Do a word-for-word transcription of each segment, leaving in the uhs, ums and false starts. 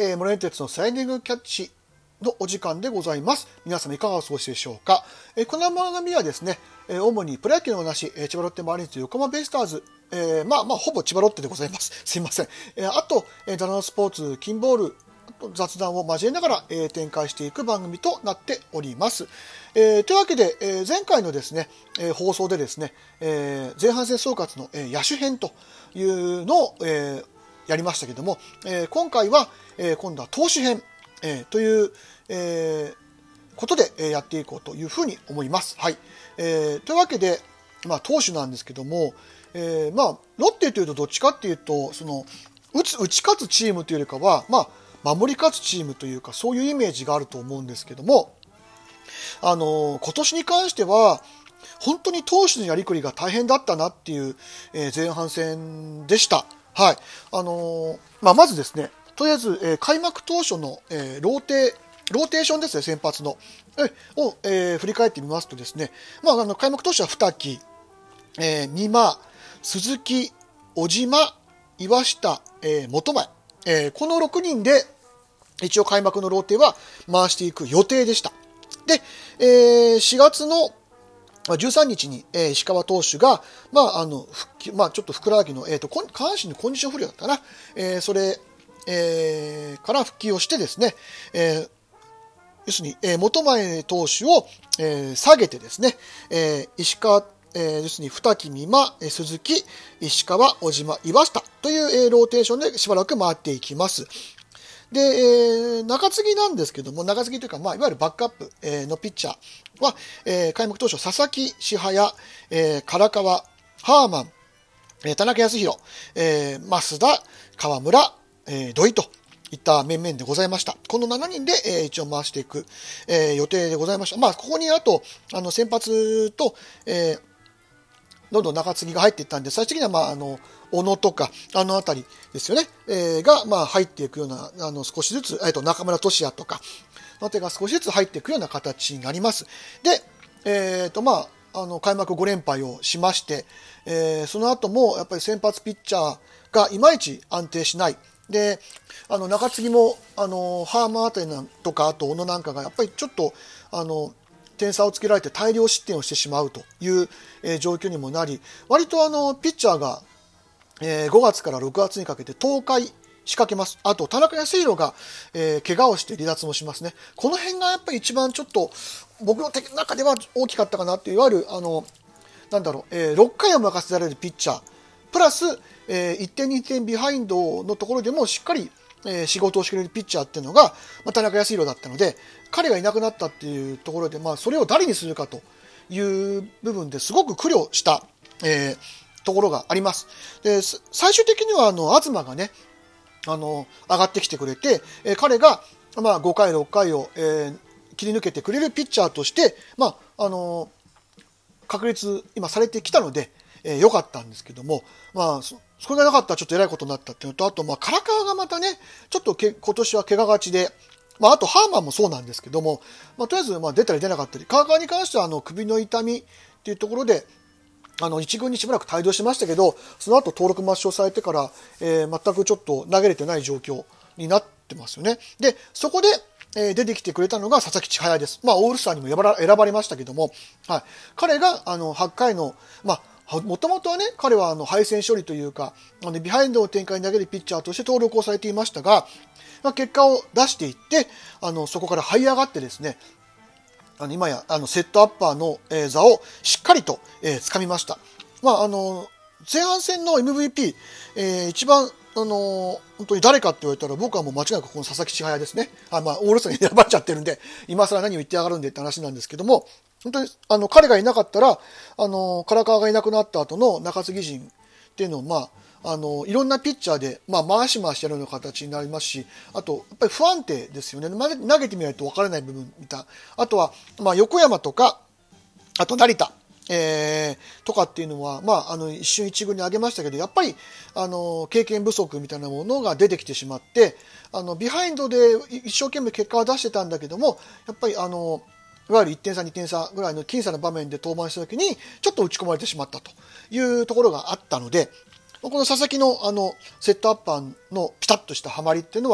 えー、モレンテツのスライディングキャッチのお時間でございます。皆様いかがお過ごしでしょうか。えー、この番組はですね、えー、主にプロ野球の話、えー、千葉ロッテマリーンズ横浜ベイスターズ、えー、まあまあほぼ千葉ロッテでございます。すいません。えー、あと、えー、ダナノスポーツ、キンボール、雑談を交えながら、えー、展開していく番組となっております。えー、というわけで、えー、前回のですね、えー、放送でですね、えー、前半戦総括の、えー、野手編というのを、えー、やりましたけども、えー、今回は、えー、今度は投手編、えー、という、えー、ことで、えー、やっていこうというふうに思います。はい。えー、というわけで、まあ、投手なんですけども、えー、まあ、ロッテというとどっちかっていうと、その、打つ、打ち勝つチームというよりかは、まあ、守り勝つチームというか、そういうイメージがあると思うんですけども、あのー、今年に関しては、本当に投手のやりくりが大変だったなっていう、えー、前半戦でした。はい。あのー、まあ、まずですね、とりあえず、えー、開幕当初の、えー、ローテ、ローテーションですね、先発の。えを、えー、振り返ってみますとですね、まあ、あの、開幕投手は二木、えー、三馬、鈴木、小島、岩下、えー、本前、えー、このろくにんで、一応開幕のローテは回していく予定でした。で、えー、しがつのじゅうさんにちに、えー、石川投手が、まあ、あの、復帰、まあ、ちょっとふくらはぎの、えっと、下半身のコンディション不良だったかな。えー、それ、えー、から復帰をしてですね、えー、要するに、えー、本前投手を、えー、下げてですね、えー、石川、えー、要するに、二木、三馬、鈴木、石川、小島、岩下という、えー、ローテーションでしばらく回っていきます。で、えー、中継ぎなんですけども、中継ぎというか、まあ、いわゆるバックアップ、えー、のピッチャーは、えー、開幕当初、佐々木、支早、えー、唐川、ハーマン、えー、田中康弘、えー、増田、河村、えー、土井といった面々でございました。このしちにんで、えー、一応回していく、えー、予定でございました。まあ、ここにあと、あの、先発と、えー、どんどん中継ぎが入っていったんで、最終的には、まあ、あの、小野とか、あのあたりですよね、えー、が、まあ、入っていくような、あの、少しずつ、えっと、中村俊也とか、の手が少しずつ入っていくような形になります。で、えっと、まあ、あの、開幕ご連敗をしまして、えー、その後も、やっぱり先発ピッチャーがいまいち安定しない。で、あの、中継ぎも、あの、ハーマーあたりとか、あと小野なんかが、やっぱりちょっと、あの、点差をつけられて大量失点をしてしまうという、えー、状況にもなり、割とあの、ピッチャーが、えー、ごがつからろくがつにかけて倒壊仕掛けます。あと、田中康弘が、えー、怪我をして離脱もしますね。この辺がやっぱり一番ちょっと、僕の中では大きかったかなっていう、いわゆる、あの、なんだろう、えー、ろっかいを任せられるピッチャー、プラス、えー、いってんにてんビハインドのところでもしっかり、えー、仕事をしてくれるピッチャーっていうのが、まあ、田中康弘だったので、彼がいなくなったっていうところで、まあ、それを誰にするかという部分ですごく苦慮した、えー、ところがあります。で、最終的には、あの、東がね、あの、上がってきてくれて、えー、彼が、まあ、ごかい、ろっかいを、えー、切り抜けてくれるピッチャーとして、まあ、あの、確立、今されてきたので、えー、良かったんですけども、まあ、そそれがなかったらちょっと偉いことになったっていうのと、あと、まあ、唐川がまたね、ちょっとけ今年は怪我がちで、まあ、あと、ハーマンもそうなんですけども、まあ、とりあえず、まあ、出たり出なかったり、唐川に関しては、あの、首の痛みっていうところで、あの、一軍にしばらく帯同しましたけど、その後登録抹消されてから、えー、全くちょっと投げれてない状況になってますよね。で、そこで、えー、出てきてくれたのが佐々木千早です。まあ、オールスターにも選ば選ばれましたけども、はい。彼が、あの、はちかいの、まあ、もともとはね、彼はあの敗戦処理というか、あのビハインドを展開に投げるピッチャーとして登録をされていましたが、まあ、結果を出していって、あのそこから這い上がってですね、あの今やあのセットアッパーの、えー、座をしっかりと、えー、掴みました。まあ、あの前半戦の エムブイピー、えー、一番あの本当に誰かって言われたら僕はもう間違いなくこの佐々木千早ですね。あ、まあ、オールスターに選ばれちゃってるんで、今更何を言ってやがるんでって話なんですけども、本当にあの彼がいなかったら、あの唐川がいなくなった後の中継ぎ陣っていうのを、まあ、あのいろんなピッチャーで、まあ、回し回しやるような形になりますし、あとやっぱり不安定ですよね。投げてみないと分からない部分みたい。あとは、まあ、横山とか、あと成田、えー、とかっていうのは、まあ、あの一瞬一軍に上げましたけど、やっぱりあの経験不足みたいなものが出てきてしまって、あのビハインドで一生懸命結果は出してたんだけども、やっぱりあのいわゆるいってん差にてん差ぐらいの僅差な場面で登板した時にちょっと打ち込まれてしまったというところがあったので、この佐々木のあのセットアッパーのピタッとしたハマりっていうのは、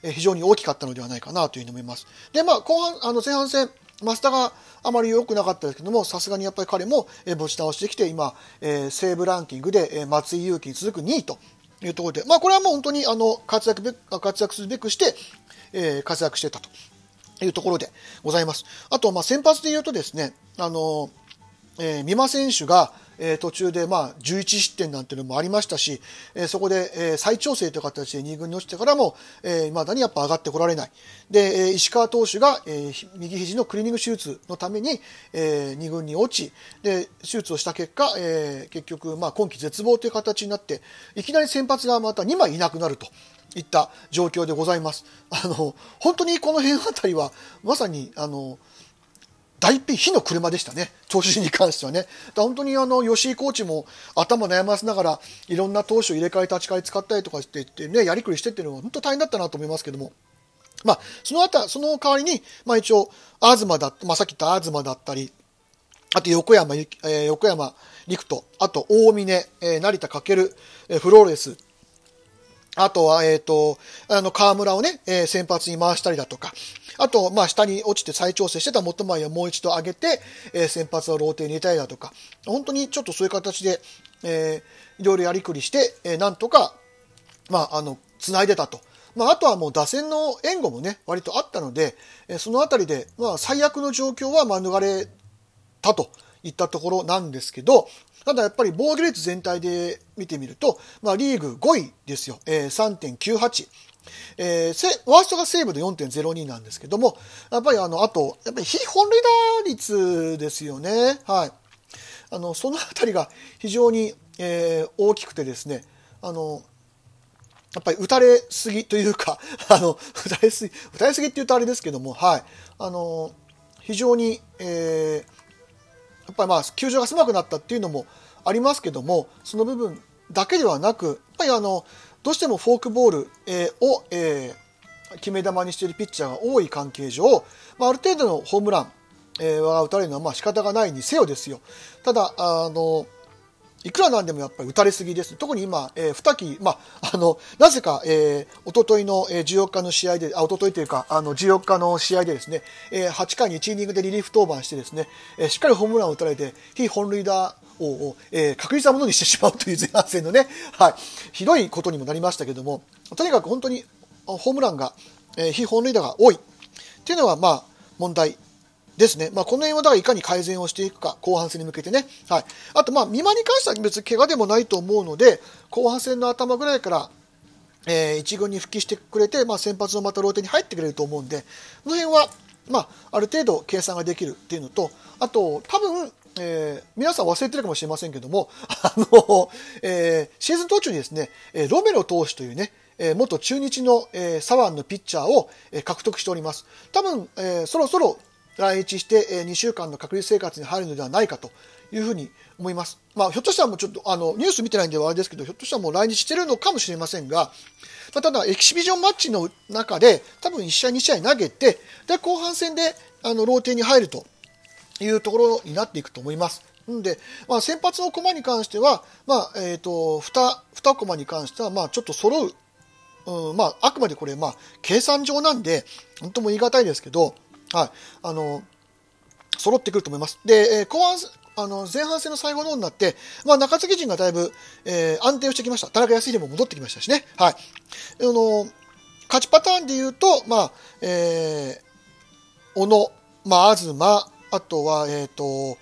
非常に大きかったのではないかなというふうに思います。で、まあ、後半、あの前半戦、増田があまり良くなかったですけども、さすがにやっぱり彼も持ち直してきて、今、えー、セーブランキングで松井裕樹に続くにいというところで、まあ、これはもう本当にあの活躍べ活躍するべくして、えー、活躍してたというところでございます。あと、まあ、先発で言うとですね、あの、えー、美馬選手が、えー、途中で、まあ、じゅういち失点なんていうのもありましたし、えー、そこで、えー、再調整という形でに軍に落ちてからも、えー、未だにやっぱ上がってこられない。で、えー、石川投手が、えー、右肘のクリーニング手術のために、えー、に軍に落ち、で、手術をした結果、えー、結局、まあ、今季絶望という形になって、いきなり先発がまたにまいいなくなるといった状況でございます。あの、本当にこの辺あたりは、まさに、あの、大火の車でしたね、投手陣に関してはね。だ本当にあの吉井コーチも頭悩ませながらいろんな投手を入れ替え立ち替え使ったりとかしていってね、やりくりしてっていうのは本当大変だったなと思いますけども、まあそのあたその代わりに、まあ、一応東だ、まあ、さっき言った東だったり、あと横山、えー、横山陸斗、あと大峰、えー、成田翔、えー、フローレス、あとは、えっと、あの、河村をね、えー、先発に回したりだとか、あと、まあ、下に落ちて再調整してた元前をもう一度上げて、えー、先発をローテに入れたりだとか、本当にちょっとそういう形で、えー、いろいろやりくりして、えー、なんとか、まあ、あの、繋いでたと。まあ、あとはもう打線の援護もね、割とあったので、えー、そのあたりで、まあ、最悪の状況は免れたといったところなんですけど、ただやっぱり防御率全体で見てみると、まあ、リーグごいですよ、えー、さんてんきゅうはち、えー、ワーストが西武で よんてんゼロに なんですけども、やっぱりあのあとやっぱり非本塁打率ですよね。はい、あのそのあたりが非常に、えー、大きくてですね、あのやっぱり打たれすぎというかあの打たれすぎ打たれすぎって言うとあれですけども、はい、あの非常に、えーやっぱりまあ球場が狭くなったっていうのもありますけども、その部分だけではなく、やっぱりあのどうしてもフォークボール、えー、を、えー、決め球にしているピッチャーが多い関係上、まあ、ある程度のホームラン、えー、が打たれるのはまあ仕方がないにせよですよ。ただあのいくらなんでもやっぱり打たれすぎです。特に今、えー、に期、まあ、あの、なぜか、えー、一昨日の、えー、じゅうよっかの試合で、あ、一昨日というか、あの、じゅうよっかの試合でですね、えー、はちかいにいちイニングでリリーフ登板してですね、えー、しっかりホームランを打たれて、非本塁打王を、えー、確実なものにしてしまうという前半戦のね、はい、ひどいことにもなりましたけども、とにかく本当にホームランが、えー、非本塁打が多いっていうのは、まあ、問題ですね。まあ、この辺はだからいかに改善をしていくか、後半戦に向けてね。はい。あと、まあ、美馬に関しては別に怪我でもないと思うので、後半戦の頭ぐらいから、えー、一軍に復帰してくれて、まあ、先発のまたローテに入ってくれると思うんで、この辺は、まあ、ある程度計算ができるっていうのと、あと、多分、えー、皆さん忘れてるかもしれませんけども、あの、えー、シーズン途中にですね、ロメロ投手というね、えー、元中日の、えー、左腕のピッチャーを、えー、獲得しております。多分、えー、そろそろ、来日してにしゅうかんの隔離生活に入るのではないかというふうに思います。まあ、ひょっとしたらもうちょっとあのニュース見てないんではあれですけど、ひょっとしたらもう来日してるのかもしれませんが、まあ、ただエキシビジョンマッチの中で多分いち試合に試合投げて、で後半戦であのローテに入るというところになっていくと思います。んで、まあ、先発の駒に関しては、まあえー、と 2, 2駒に関してはまあちょっと揃う、うん、まあ、あくまでこれ、まあ、計算上なんで本当も言い難いですけど、はい、あの揃ってくると思います。で、えー、後半あの前半戦の最後の方になって、まあ、中継ぎ陣がだいぶ、えー、安定をしてきました。田中康秀も戻ってきましたしね。はい、あの勝ちパターンでいうと、まあえー、小野、まあ、東、あとは、えーと、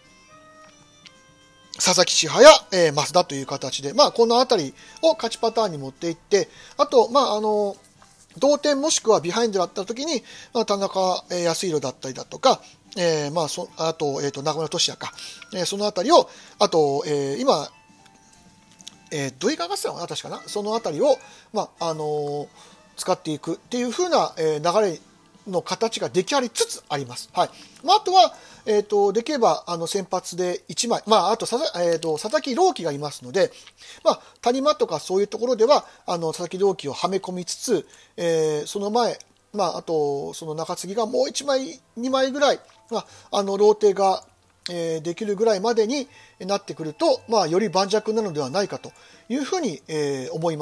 佐々木千早、えー、増田という形で、まあ、このあたりを勝ちパターンに持っていって、あと、まああの同点もしくはビハインドだったときに、まあ、田中康弘だったりだとか、えーまあ、そあと、えーと、中村俊也か、えー、そのあたりを、あと、えー、今、えー、土井川合戦は確かな、そのあたりを、まああのー、使っていくっていう風な、えー、流れの形が出来上がりつつあります。はい。まあ、あとは、えーと、できればあの先発でいちまい、まあ、あと佐々、えーと、佐々木朗希がいますので、まあ、谷間とかそういうところではあの佐々木朗希をはめ込みつつ、えー、その前、まあ、あとその中継ぎがもういちまいにまいぐらい、まあ、あのローテが、えー、できるぐらいまでになってくると、まあ、より盤石なのではないかというふうに、えー、思います。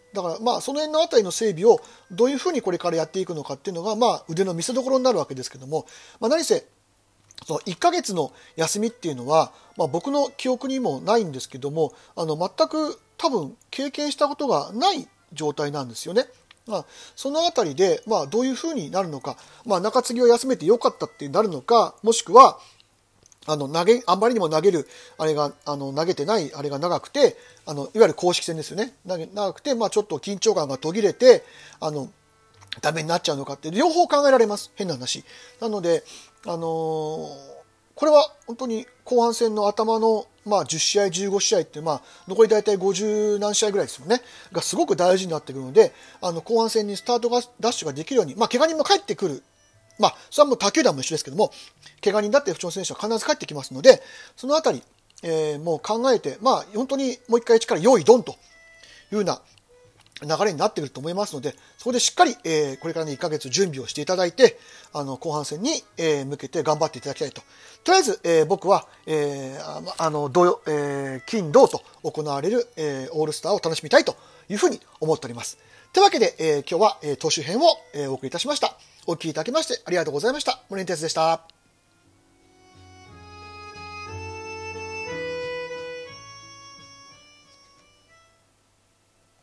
だからまあその辺のあたりの整備をどういうふうにこれからやっていくのかっていうのがまあ腕の見せ所になるわけですけども、まあ、何せそのいっかげつの休みっていうのは、まあ、僕の記憶にもないんですけども、あの全く多分経験したことがない状態なんですよね。まあ、そのあたりで、まあ、どういうふうになるのか、まあ、中継ぎを休めてよかったってなるのか、もしくはあの投げあんまりにも投げるあれがあの投げてないあれが長くて、あのいわゆる公式戦ですよね、投げ長くて、まあ、ちょっと緊張感が途切れてあのダメになっちゃうのかって両方考えられます。変な話なので、あのー、これは本当に後半戦の頭の、まあ、じゅっしあいじゅうごしあいって、まあ、残り大体ごじゅう何試合ぐらいですよねがすごく大事になってくるので、あの後半戦にスタートがダッシュができるように、まあ、怪我人も帰ってくる、まあ、それはもう他球団も一緒ですけども、怪我人だって不調選手は必ず帰ってきますので、そのあたり、えー、もう考えて、まあ、本当にもう一回一から用意ドンというような流れになってくると思いますので、そこでしっかり、えー、これからのいっかげつ準備をしていただいて、あの後半戦に、えー、向けて頑張っていただきたいと。とりあえず、えー、僕は、えー、あの土、えー、金土と行われる、えー、オールスターを楽しみたいというふうに思っております。というわけで、えー、今日は、えー、投手編を、えー、お送りいたしました。お聞きいただきましてありがとうございました。森根哲でした。